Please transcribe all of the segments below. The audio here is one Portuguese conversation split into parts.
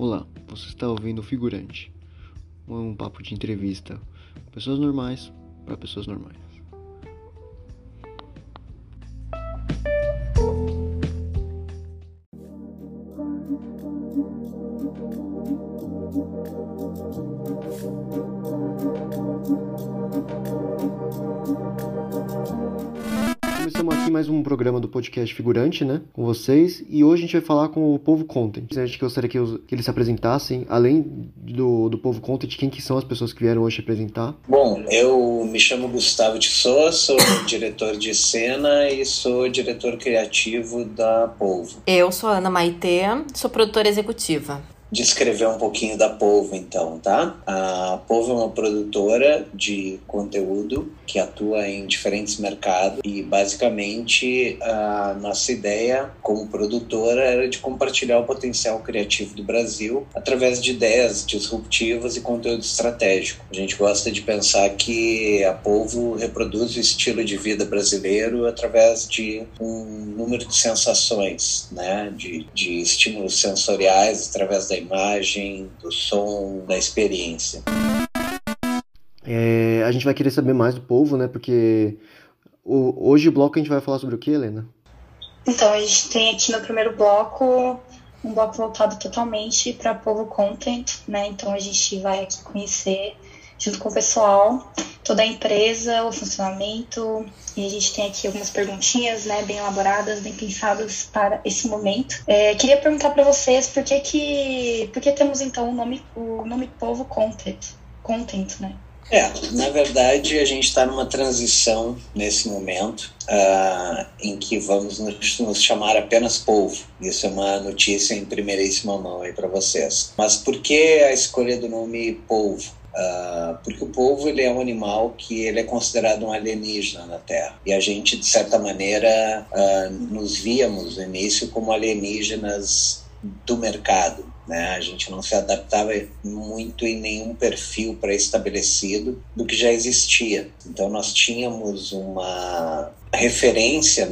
Olá, você está ouvindo o Figurante, um papo de entrevista com pessoas normais para pessoas normais. Começamos aqui mais um programa do podcast Figurante, né, com vocês, e hoje a gente vai falar com o Povo Content. A gente gostaria que eles se apresentassem, além do Povo Content, quem que são as pessoas que vieram hoje apresentar? Bom, eu me chamo Gustavo Tissot, sou diretor de cena e sou diretor criativo da Polvo. Eu sou a Ana Maitê, sou produtora executiva. Descrever um pouquinho da Polvo, então, tá? A Polvo é uma produtora de conteúdo que atua em diferentes mercados e, basicamente, a nossa ideia como produtora era de compartilhar o potencial criativo do Brasil através de ideias disruptivas e conteúdo estratégico. A gente gosta de pensar que a Polvo reproduz o estilo de vida brasileiro através de um número de sensações, né? De estímulos sensoriais através da imagem, do som, da experiência. A gente vai querer saber mais do Povo, né? Porque hoje o bloco a gente vai falar sobre o que, Helena? Então, a gente tem aqui no primeiro bloco um bloco voltado totalmente para Povo Content, né? Então a gente vai aqui conhecer, junto com o pessoal, toda a empresa, o funcionamento, e a gente tem aqui algumas perguntinhas, né, bem elaboradas, bem pensadas para esse momento. Queria perguntar para vocês por que temos então o nome Povo Content, né? Na verdade, a gente está numa transição nesse momento em que vamos nos chamar apenas Polvo. Isso é uma notícia em primeiríssima mão aí para vocês. Mas por que a escolha do nome Polvo? Porque o polvo ele é um animal que ele é considerado um alienígena na Terra. E a gente, de certa maneira, nos víamos no início como alienígenas do mercado, né? A gente não se adaptava muito em nenhum perfil pré-estabelecido do que já existia. Então nós tínhamos uma referência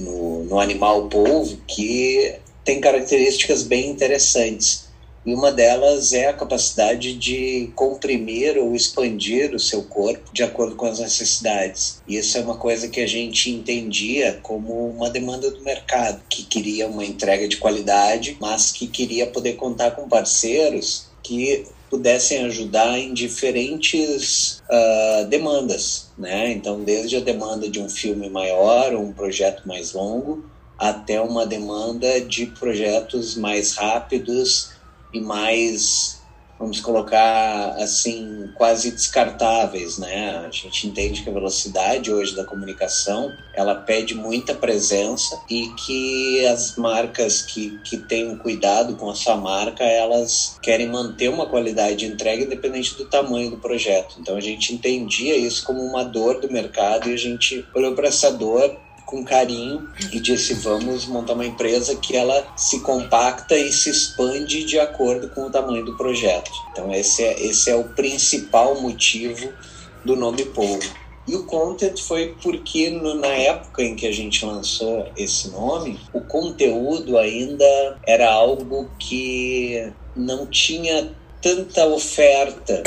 no animal polvo que tem características bem interessantes. E uma delas é a capacidade de comprimir ou expandir o seu corpo de acordo com as necessidades. E isso é uma coisa que a gente entendia como uma demanda do mercado, que queria uma entrega de qualidade, mas que queria poder contar com parceiros que pudessem ajudar em diferentes demandas, né? Então, desde a demanda de um filme maior ou um projeto mais longo, até uma demanda de projetos mais rápidos e mais, vamos colocar assim, quase descartáveis, né? A gente entende que a velocidade hoje da comunicação, ela pede muita presença e que as marcas que têm cuidado com a sua marca, elas querem manter uma qualidade de entrega independente do tamanho do projeto. Então a gente entendia isso como uma dor do mercado e a gente olhou para essa dor com carinho e disse, vamos montar uma empresa que ela se compacta e se expande de acordo com o tamanho do projeto. Então esse é o principal motivo do nome Polvo. E o Content foi porque na época em que a gente lançou esse nome, o conteúdo ainda era algo que não tinha tanta oferta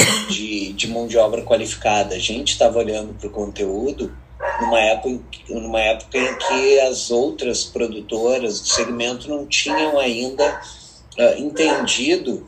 de mão de obra qualificada. A gente estava olhando para o conteúdo numa época em que as outras produtoras do segmento não tinham ainda entendido,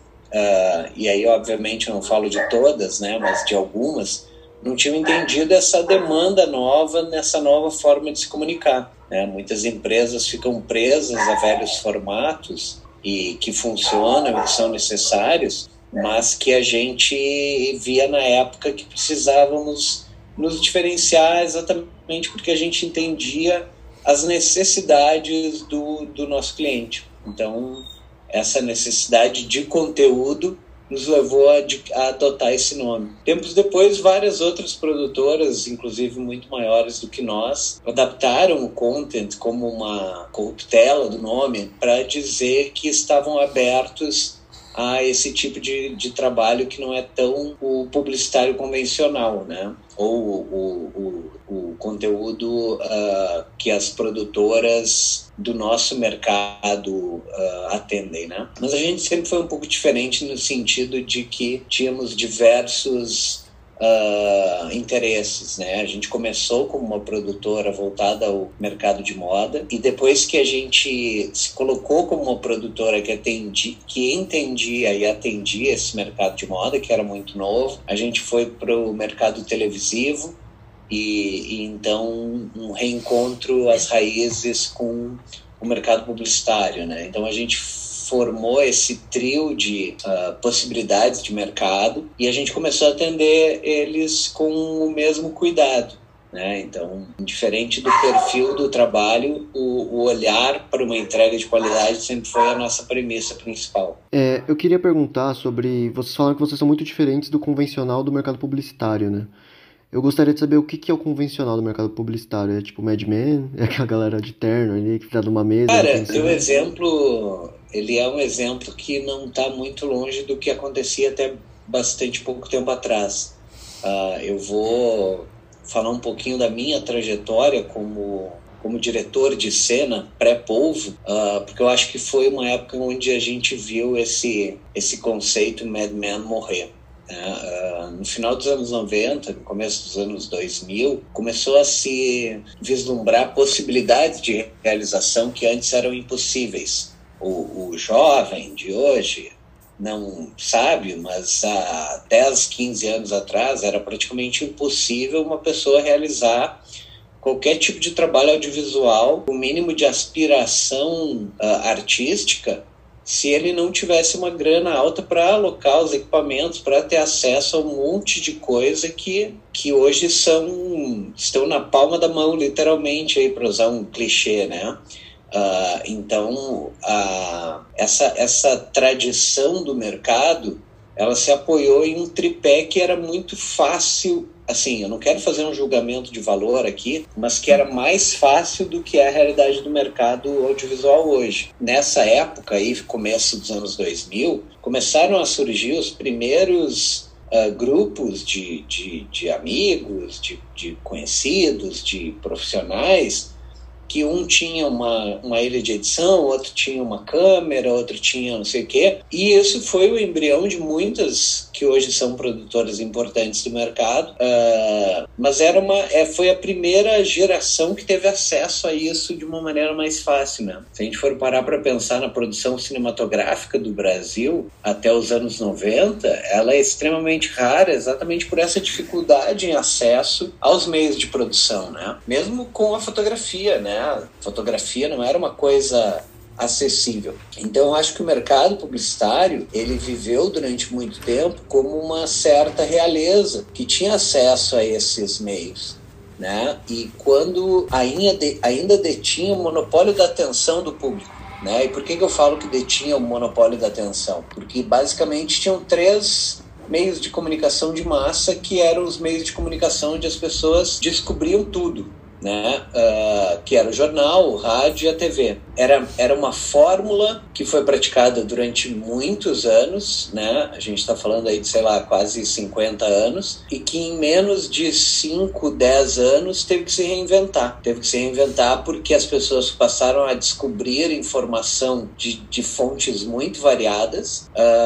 e aí obviamente eu não falo de todas, né, mas de algumas, não tinham entendido essa demanda nova, nessa nova forma de se comunicar, né? Muitas empresas ficam presas a velhos formatos e que funcionam e que são necessários, mas que a gente via na época que precisávamos nos diferenciar exatamente porque a gente entendia as necessidades do nosso cliente. Então, essa necessidade de conteúdo nos levou a adotar esse nome. Tempos depois, várias outras produtoras, inclusive muito maiores do que nós, adaptaram o Content como uma corruptela do nome para dizer que estavam abertos a esse tipo de trabalho que não é tão o publicitário convencional, né? ou o conteúdo que as produtoras do nosso mercado atendem, né? Mas a gente sempre foi um pouco diferente no sentido de que tínhamos diversos interesses, né? A gente começou como uma produtora voltada ao mercado de moda e depois que a gente se colocou como uma produtora que entendia e atendia esse mercado de moda, que era muito novo, a gente foi para o mercado televisivo e então um reencontro às raízes com o mercado publicitário, né? Então a gente formou esse trio de possibilidades de mercado e a gente começou a atender eles com o mesmo cuidado, né? Então, diferente do perfil do trabalho, o olhar para uma entrega de qualidade sempre foi a nossa premissa principal. Eu queria perguntar sobre... Vocês falaram que vocês são muito diferentes do convencional do mercado publicitário, né? Eu gostaria de saber o que é o convencional do mercado publicitário. É tipo Mad Men? É aquela galera de terno ali que fica numa mesa? Cara, o exemplo... Ele é um exemplo que não está muito longe do que acontecia até bastante pouco tempo atrás. Eu vou falar um pouquinho da minha trajetória como diretor de cena pré-Polvo, porque eu acho que foi uma época onde a gente viu esse conceito Mad Men morrer. No final dos anos 90, no começo dos anos 2000, começou a se vislumbrar possibilidades de realização que antes eram impossíveis. O jovem de hoje não sabe, mas há 10, 15 anos atrás era praticamente impossível uma pessoa realizar qualquer tipo de trabalho audiovisual, o mínimo de aspiração artística, se ele não tivesse uma grana alta para alocar os equipamentos, para ter acesso a um monte de coisa que hoje estão na palma da mão, literalmente, para usar um clichê, né? Então, essa tradição do mercado, ela se apoiou em um tripé que era muito fácil, assim, eu não quero fazer um julgamento de valor aqui, mas que era mais fácil do que é a realidade do mercado audiovisual hoje. Nessa época aí, começo dos anos 2000, começaram a surgir os primeiros grupos de amigos, de conhecidos, de profissionais, que um tinha uma ilha de edição, outro tinha uma câmera, outro tinha não sei o quê. E isso foi o embrião de muitas que hoje são produtoras importantes do mercado. Mas foi a primeira geração que teve acesso a isso de uma maneira mais fácil, né? Se a gente for parar para pensar na produção cinematográfica do Brasil, até os anos 90, ela é extremamente rara exatamente por essa dificuldade em acesso aos meios de produção, né? Mesmo com a fotografia, né? A fotografia não era uma coisa acessível. Então, eu acho que o mercado publicitário, ele viveu durante muito tempo como uma certa realeza que tinha acesso a esses meios, né? E quando ainda detinha o monopólio da atenção do público, né? E por que eu falo que detinha o monopólio da atenção? Porque, basicamente, tinham 3 meios de comunicação de massa que eram os meios de comunicação onde as pessoas descobriam tudo, né? Que era o jornal, o rádio e a TV. Era uma fórmula que foi praticada durante muitos anos, né? A gente está falando aí de, sei lá, quase 50 anos, e que em menos de 5, 10 anos teve que se reinventar. Teve que se reinventar porque as pessoas passaram a descobrir informação de fontes muito variadas,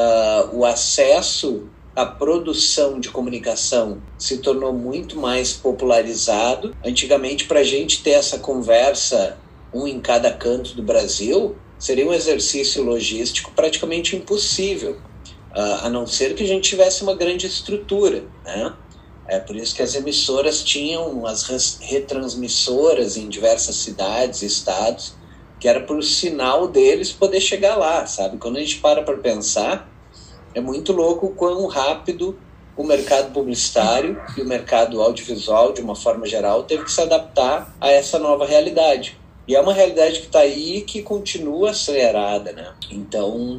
o acesso a produção de comunicação se tornou muito mais popularizado. Antigamente, para a gente ter essa conversa, um em cada canto do Brasil, seria um exercício logístico praticamente impossível, a não ser que a gente tivesse uma grande estrutura, né? É por isso que as emissoras tinham as retransmissoras em diversas cidades e estados, que era para o sinal deles poder chegar lá, sabe? Quando a gente para pensar, é muito louco o quão rápido o mercado publicitário e o mercado audiovisual, de uma forma geral, teve que se adaptar a essa nova realidade. E é uma realidade que está aí e que continua acelerada, né? Então,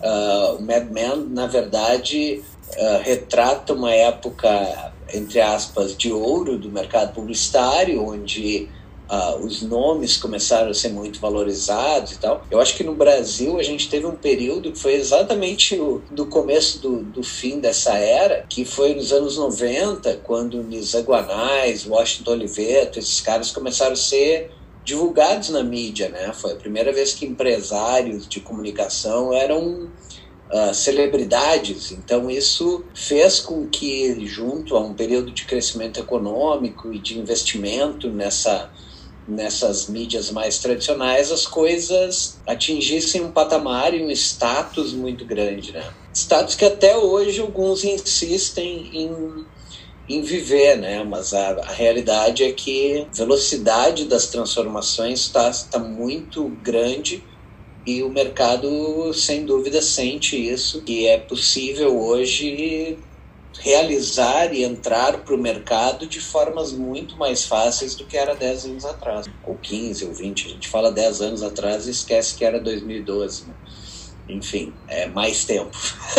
o Mad Men, na verdade, retrata uma época, entre aspas, de ouro do mercado publicitário, onde os nomes começaram a ser muito valorizados e tal. Eu acho que no Brasil a gente teve um período que foi exatamente do começo do fim dessa era, que foi nos anos 90, quando Nizam Guanais, Washington Oliveto, esses caras começaram a ser divulgados na mídia, né? Foi a primeira vez que empresários de comunicação eram celebridades. Então isso fez com que, junto a um período de crescimento econômico e de investimento nessas mídias mais tradicionais, as coisas atingissem um patamar e um status muito grande, né? Status que até hoje alguns insistem em viver, né? Mas a realidade é que a velocidade das transformações está muito grande e o mercado, sem dúvida, sente isso, que é possível hoje realizar e entrar para o mercado de formas muito mais fáceis do que era 10 anos atrás, ou 15, ou 20. A gente fala 10 anos atrás e esquece que era 2012, né? Enfim, é mais tempo.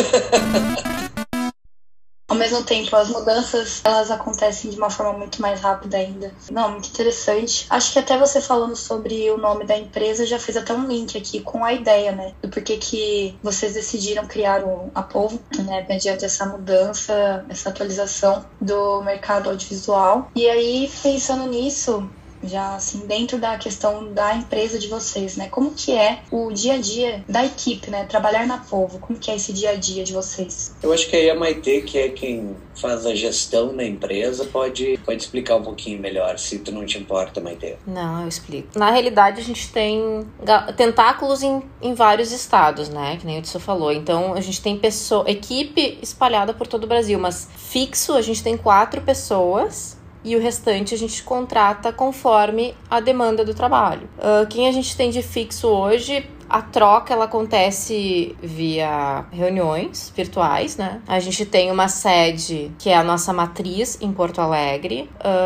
Ao mesmo tempo, as mudanças, elas acontecem de uma forma muito mais rápida ainda. Não, muito interessante. Acho que até você falando sobre o nome da empresa já fez até um link aqui com a ideia, né? Do porquê que vocês decidiram criar a Polvo, né? Mediante essa mudança, essa atualização do mercado audiovisual. E aí, pensando nisso, já assim, dentro da questão da empresa de vocês, né? Como que é o dia a dia da equipe, né? Trabalhar na Polvo, como que é esse dia a dia de vocês? Eu acho que aí a Maitê, que é quem faz a gestão da empresa, pode explicar um pouquinho melhor, se tu não te importa, Maitê. Não, eu explico. Na realidade, a gente tem tentáculos em vários estados, né? Que nem o Tissot falou. Então, a gente tem equipe espalhada por todo o Brasil, mas fixo, a gente tem 4 pessoas. E o restante a gente contrata conforme a demanda do trabalho. Quem a gente tem de fixo hoje, a troca ela acontece via reuniões virtuais, né? A gente tem uma sede que é a nossa matriz em Porto Alegre,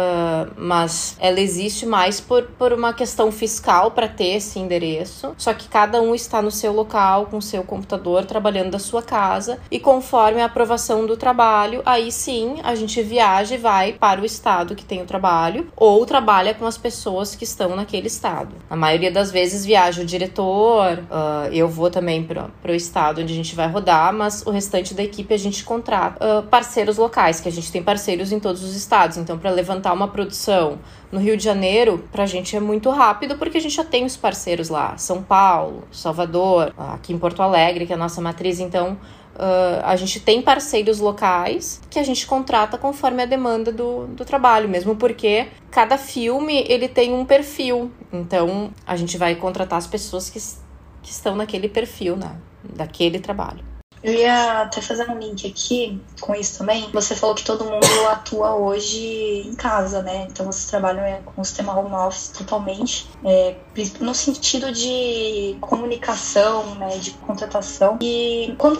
mas ela existe mais por uma questão fiscal para ter esse endereço. Só que cada um está no seu local, com o seu computador, trabalhando da sua casa. E conforme a aprovação do trabalho, aí sim a gente viaja e vai para o estado que tem o trabalho ou trabalha com as pessoas que estão naquele estado. Na maioria das vezes viaja o diretor. Eu vou também para o estado onde a gente vai rodar, mas o restante da equipe a gente contrata parceiros locais, que a gente tem parceiros em todos os estados. Então, para levantar uma produção no Rio de Janeiro, pra gente é muito rápido, porque a gente já tem os parceiros lá. São Paulo, Salvador, aqui em Porto Alegre, que é a nossa matriz. Então, a gente tem parceiros locais que a gente contrata conforme a demanda do trabalho, mesmo porque cada filme ele tem um perfil. Então, a gente vai contratar as pessoas que estão naquele perfil, né, daquele trabalho. Eu ia até fazer um link aqui com isso também. Você falou que todo mundo atua hoje em casa, né? Então vocês trabalham com o sistema home office totalmente, no sentido de comunicação, né, de contratação. E quando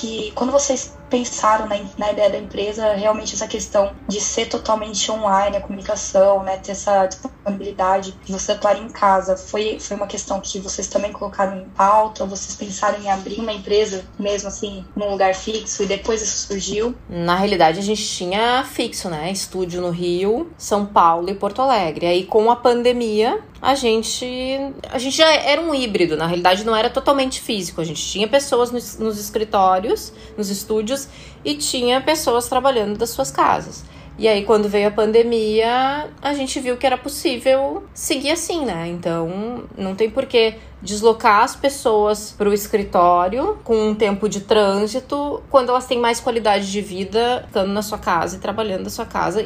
vocês pensaram na ideia da empresa, realmente essa questão de ser totalmente online, a comunicação, né, ter essa disponibilidade de você atuar em casa, foi uma questão que vocês também colocaram em pauta, ou vocês pensaram em abrir uma empresa mesmo assim, num lugar fixo, e depois isso surgiu? Na realidade, a gente tinha fixo, né, estúdio no Rio, São Paulo e Porto Alegre. Aí, com a pandemia, a gente já era um híbrido, na realidade não era totalmente físico, a gente tinha pessoas nos escritórios, nos estúdios, e tinha pessoas trabalhando das suas casas. E aí, quando veio a pandemia, a gente viu que era possível seguir assim, né? Então, não tem por que deslocar as pessoas para o escritório com um tempo de trânsito, quando elas têm mais qualidade de vida ficando na sua casa e trabalhando da sua casa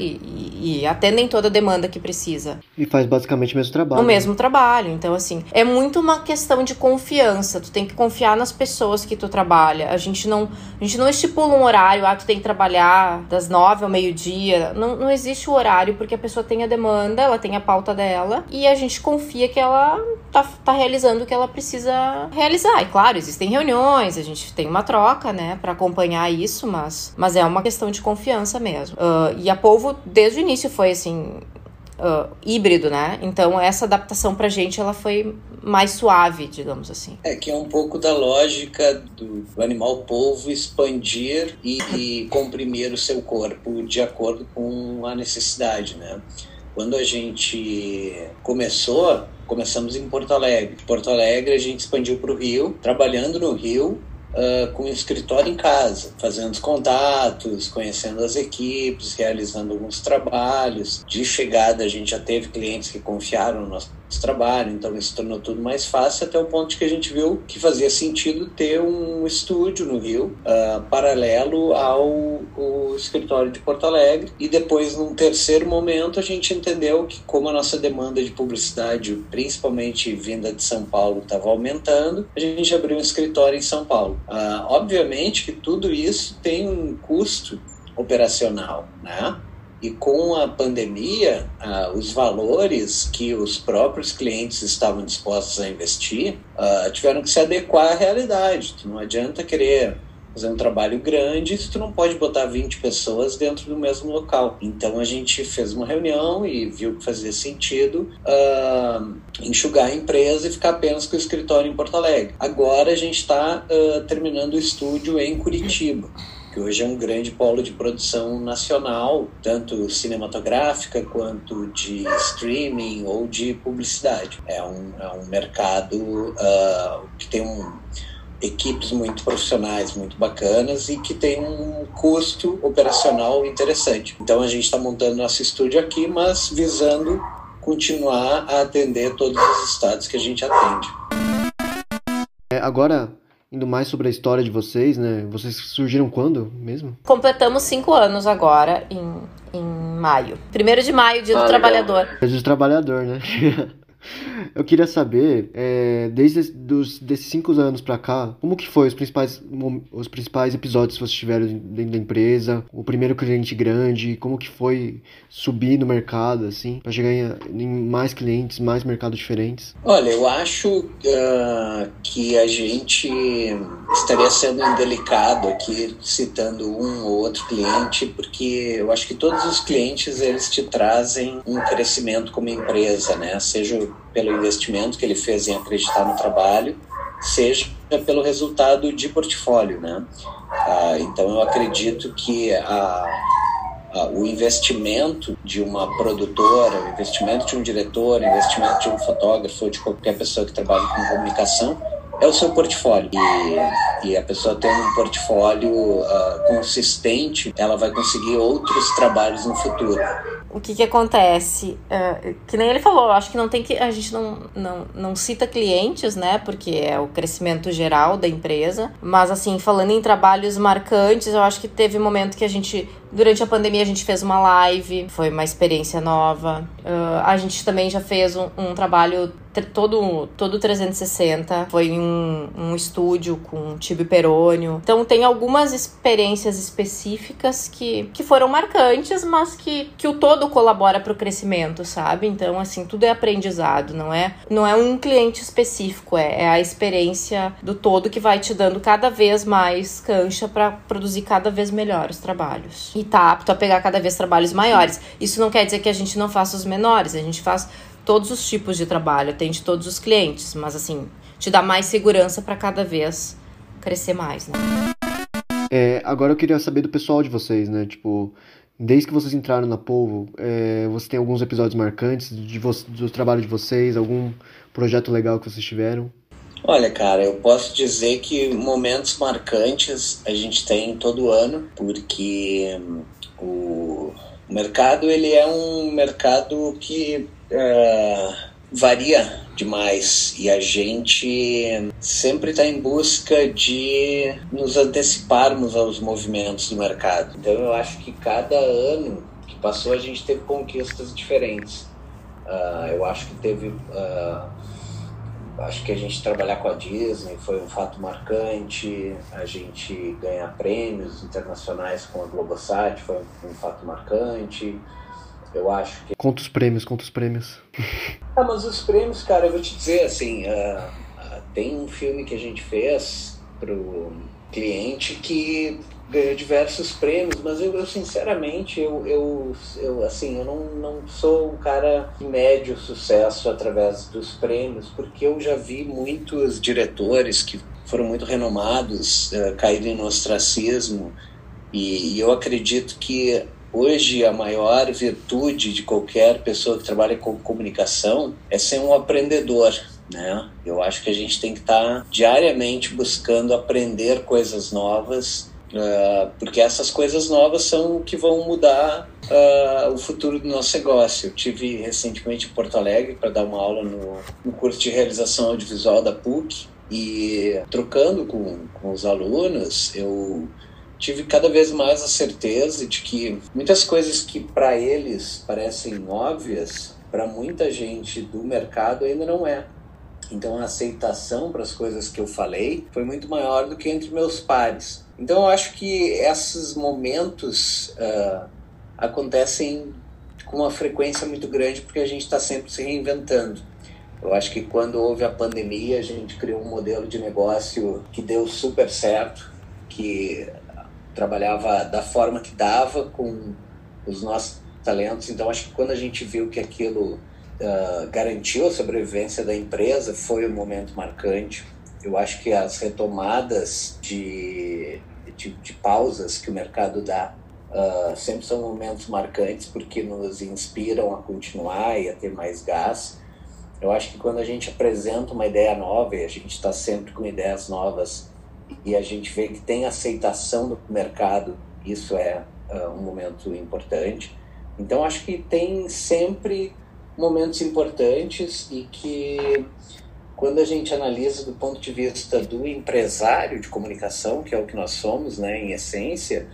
e atendem toda a demanda que precisa. E faz basicamente o mesmo trabalho. O mesmo trabalho. Então, assim, é muito uma questão de confiança. Tu tem que confiar nas pessoas que tu trabalha. A gente não estipula um horário, tu tem que trabalhar das 9 ao meio-dia. Não existe o horário, porque a pessoa tem a demanda, ela tem a pauta dela, e a gente confia que ela tá realizando o que ela precisa realizar. E claro, existem reuniões, a gente tem uma troca, né, pra acompanhar isso, mas é uma questão de confiança mesmo. E a Polvo, desde o início, foi assim, híbrido, né? Então essa adaptação pra gente, ela foi mais suave, digamos assim. Que é um pouco da lógica do animal polvo expandir e comprimir o seu corpo de acordo com a necessidade, né? Quando a gente começamos em Porto Alegre. Porto Alegre a gente expandiu para o Rio, trabalhando no Rio, com um escritório em casa, fazendo os contatos, conhecendo as equipes, realizando alguns trabalhos. De chegada a gente já teve clientes que confiaram no nosso trabalho, então isso tornou tudo mais fácil, até o ponto de que a gente viu que fazia sentido ter um estúdio no Rio, paralelo ao escritório de Porto Alegre. E depois, num terceiro momento, a gente entendeu que, como a nossa demanda de publicidade, principalmente vinda de São Paulo, estava aumentando, a gente abriu um escritório em São Paulo. Obviamente que tudo isso tem um custo operacional, né? E com a pandemia, os valores que os próprios clientes estavam dispostos a investir tiveram que se adequar à realidade. Tu não adianta querer fazer um trabalho grande se tu não pode botar 20 pessoas dentro do mesmo local. Então a gente fez uma reunião e viu que fazia sentido enxugar a empresa e ficar apenas com o escritório em Porto Alegre. Agora a gente está terminando o estúdio em Curitiba, que hoje é um grande polo de produção nacional, tanto cinematográfica quanto de streaming ou de publicidade. É um mercado que tem equipes muito profissionais, muito bacanas e que tem um custo operacional interessante. Então a gente está montando nosso estúdio aqui, mas visando continuar a atender todos os estados que a gente atende. Agora, indo mais sobre a história de vocês, né? Vocês surgiram quando mesmo? Completamos 5 anos agora, em maio. 1º de maio, Dia do Trabalhador. Dia do Trabalhador, né? Eu queria saber, desses 5 anos pra cá, como que foi os principais episódios que vocês tiveram dentro da empresa, o primeiro cliente grande, como que foi subir no mercado, assim, pra chegar em mais clientes, mais mercados diferentes? Olha, eu acho que a gente estaria sendo indelicado aqui citando um ou outro cliente, porque eu acho que todos os clientes, eles te trazem um crescimento como empresa, né? Seja pelo investimento que ele fez em acreditar no trabalho, seja pelo resultado de portfólio, né? Então eu acredito que o investimento de uma produtora, o investimento de um diretor, o investimento de um fotógrafo ou de qualquer pessoa que trabalha com comunicação é o seu portfólio. E a pessoa tendo um portfólio consistente, ela vai conseguir outros trabalhos no futuro. O que acontece? Que nem ele falou, acho que a gente não cita clientes, né? Porque é o crescimento geral da empresa. Mas, assim, falando em trabalhos marcantes, eu acho que teve um momento que durante a pandemia, a gente fez uma live, foi uma experiência nova. A gente também já fez um trabalho todo 360, foi um estúdio com Tibio Perônio. Então tem algumas experiências específicas que foram marcantes, mas que o todo colabora para o crescimento, sabe? Então, assim, tudo é aprendizado, não é um cliente específico, é a experiência do todo que vai te dando cada vez mais cancha para produzir cada vez melhor os trabalhos. E tá apto a pegar cada vez trabalhos maiores. Isso não quer dizer que a gente não faça os menores, a gente faz todos os tipos de trabalho, atende todos os clientes, mas assim, te dá mais segurança para cada vez crescer mais, né? Agora eu queria saber do pessoal de vocês, né? Tipo, desde que vocês entraram na Polvo, você tem alguns episódios marcantes do trabalho de vocês, algum projeto legal que vocês tiveram? Olha, cara, eu posso dizer que momentos marcantes a gente tem todo ano, porque o mercado, ele é um mercado que varia demais e a gente sempre está em busca de nos anteciparmos aos movimentos do mercado. Então eu acho que cada ano que passou a gente teve conquistas diferentes. Eu acho que acho que a gente trabalhar com a Disney foi um fato marcante, a gente ganhar prêmios internacionais com a Globosat foi um fato marcante. Eu acho que... Conta os prêmios. Mas os prêmios, cara, eu vou te dizer, assim, tem um filme que a gente fez pro cliente que ganhou diversos prêmios, mas eu sinceramente, eu não sou um cara de médio sucesso através dos prêmios, porque eu já vi muitos diretores que foram muito renomados caírem no ostracismo, e eu acredito que hoje a maior virtude de qualquer pessoa que trabalha com comunicação é ser um aprendedor, né? Eu acho que a gente tem que estar diariamente buscando aprender coisas novas, porque essas coisas novas são o que vão mudar o futuro do nosso negócio. Eu tive recentemente em Porto Alegre para dar uma aula no curso de realização audiovisual da PUC, e trocando com os alunos, eu tive cada vez mais a certeza de que muitas coisas que para eles parecem óbvias, para muita gente do mercado ainda não é. Então a aceitação para as coisas que eu falei foi muito maior do que entre meus pares. Então eu acho que esses momentos acontecem com uma frequência muito grande, porque a gente está sempre se reinventando. Eu acho que quando houve a pandemia, a gente criou um modelo de negócio que deu super certo, que trabalhava da forma que dava com os nossos talentos. Então acho que quando a gente viu que aquilo garantiu a sobrevivência da empresa, foi um momento marcante. Eu acho que as retomadas de pausas que o mercado dá sempre são momentos marcantes, porque nos inspiram a continuar e a ter mais gás. Eu acho que quando a gente apresenta uma ideia nova, e a gente está sempre com ideias novas, e a gente vê que tem aceitação do mercado, isso é um momento importante. Então acho que tem sempre momentos importantes, e que quando a gente analisa do ponto de vista do empresário de comunicação, que é o que nós somos, né, em essência,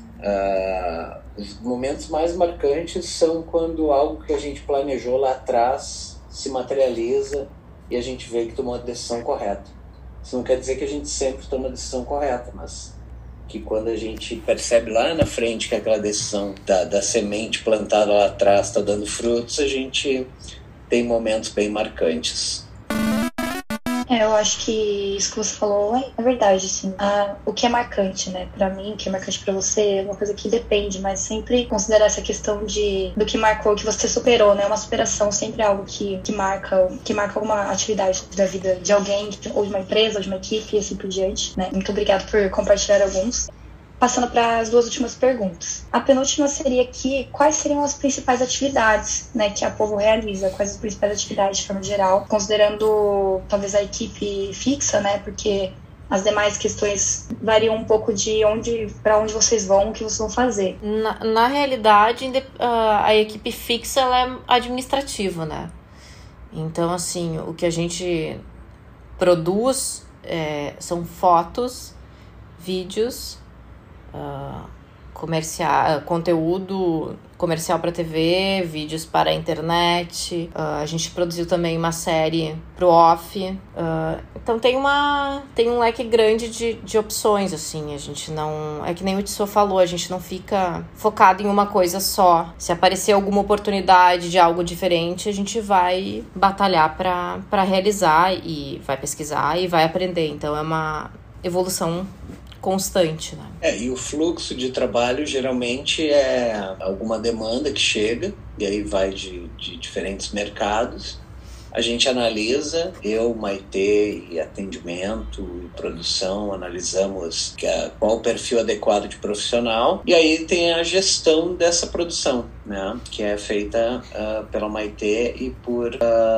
os momentos mais marcantes são quando algo que a gente planejou lá atrás se materializa e a gente vê que tomou a decisão correta. Isso não quer dizer que a gente sempre toma a decisão correta, mas que quando a gente percebe lá na frente que aquela decisão da semente plantada lá atrás está dando frutos, a gente tem momentos bem marcantes. Eu acho que isso que você falou é verdade, assim. O que é marcante, né? Pra mim, o que é marcante pra você é uma coisa que depende, mas sempre considerar essa questão do que marcou, que você superou, né? Uma superação sempre é algo que marca alguma atividade da vida de alguém, ou de uma empresa, ou de uma equipe, e assim por diante, né? Muito obrigada por compartilhar alguns. Passando para as duas últimas perguntas. A penúltima seria quais seriam as principais atividades, né, que a Povo realiza, quais as principais atividades de forma geral, considerando talvez a equipe fixa, né, porque as demais questões variam um pouco de para onde vocês vão, o que vocês vão fazer. Na realidade, a equipe fixa ela é administrativa, né? Então, assim, o que a gente produz são fotos, vídeos, conteúdo comercial para TV, vídeos para a internet. A gente produziu também uma série pro off. Então tem um leque grande de opções, assim. A gente não... É que nem o Tissot falou, a gente não fica focado em uma coisa só. Se aparecer alguma oportunidade de algo diferente, a gente vai batalhar para realizar, e vai pesquisar e vai aprender. Então é uma evolução constante, né? E o fluxo de trabalho geralmente é alguma demanda que chega, e aí vai de diferentes mercados. A gente analisa, eu, Maitê e atendimento e produção, analisamos qual o perfil adequado de profissional, e aí tem a gestão dessa produção, né, que é feita pela Maitê e por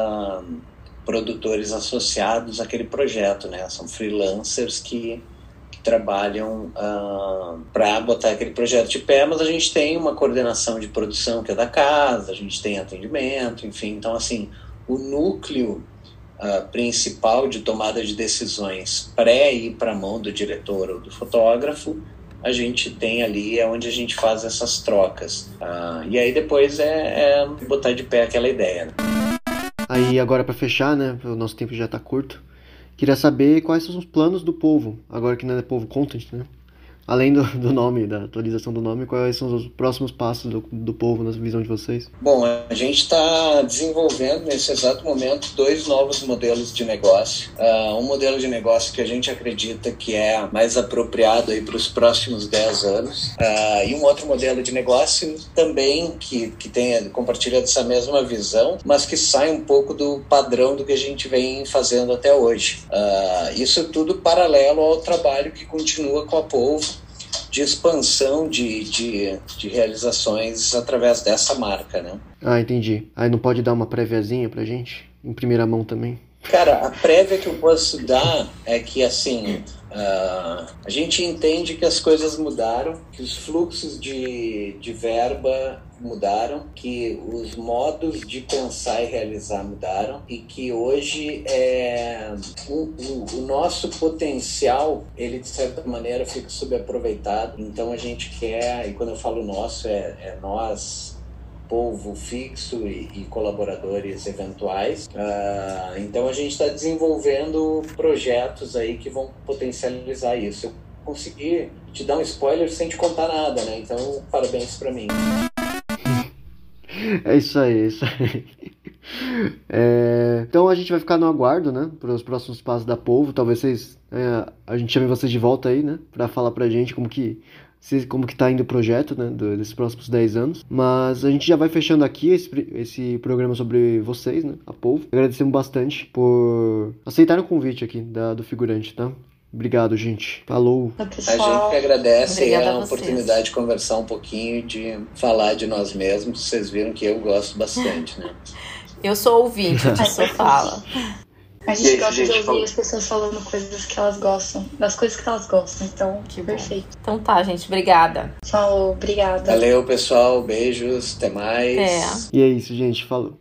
produtores associados àquele projeto, né? São freelancers que trabalham para botar aquele projeto de pé, mas a gente tem uma coordenação de produção que é da casa, a gente tem atendimento, enfim. Então, assim, o núcleo principal de tomada de decisões pré-ir para a mão do diretor ou do fotógrafo, a gente tem ali, é onde a gente faz essas trocas. E aí depois é botar de pé aquela ideia, né? Aí agora para fechar, né, o nosso tempo já está curto, queria saber quais são os planos do Povo, agora que não é Povo Content, né? Além do nome, da atualização do nome, quais são os próximos passos do Povo na visão de vocês? Bom, a gente está desenvolvendo nesse exato momento 2 novos modelos de negócio. Um modelo de negócio que a gente acredita que é mais apropriado para os próximos 10 anos. E um outro modelo de negócio também que compartilha essa mesma visão, mas que sai um pouco do padrão do que a gente vem fazendo até hoje. Isso tudo paralelo ao trabalho que continua com a Povo, de expansão de realizações através dessa marca, né? Ah, entendi. Aí não pode dar uma préviazinha pra gente? Em primeira mão também? Cara, a prévia que eu posso dar é que, assim, a gente entende que as coisas mudaram, que os fluxos de verba mudaram, que os modos de pensar e realizar mudaram e que hoje o nosso potencial, ele de certa maneira fica subaproveitado. Então a gente quer, e quando eu falo nosso, é nós, povo fixo e colaboradores eventuais. Então a gente está desenvolvendo projetos aí que vão potencializar isso. Eu consegui te dar um spoiler sem te contar nada, né? Então parabéns para mim. É isso aí. Então a gente vai ficar no aguardo, né, para os próximos passos da Polvo. Talvez a gente chame vocês de volta aí, né, para falar pra gente como que tá indo o projeto, né, desses próximos 10 anos. Mas a gente já vai fechando aqui esse programa sobre vocês, né, a Polvo. Agradecemos bastante por aceitar o convite aqui do Figurante, tá? Obrigado, gente. Falou. A gente que agradece. Obrigada a oportunidade de conversar um pouquinho, de falar de nós mesmos. Vocês viram que eu gosto bastante, né? Eu sou ouvinte, o Tissot fala. A gente gosta de ouvir as pessoas falando coisas que elas gostam, das coisas que elas gostam, então, Que perfeito. bom. Então tá, gente, obrigada. Falou, obrigada. Valeu, pessoal. Beijos. Até mais. Até. E é isso, gente. Falou.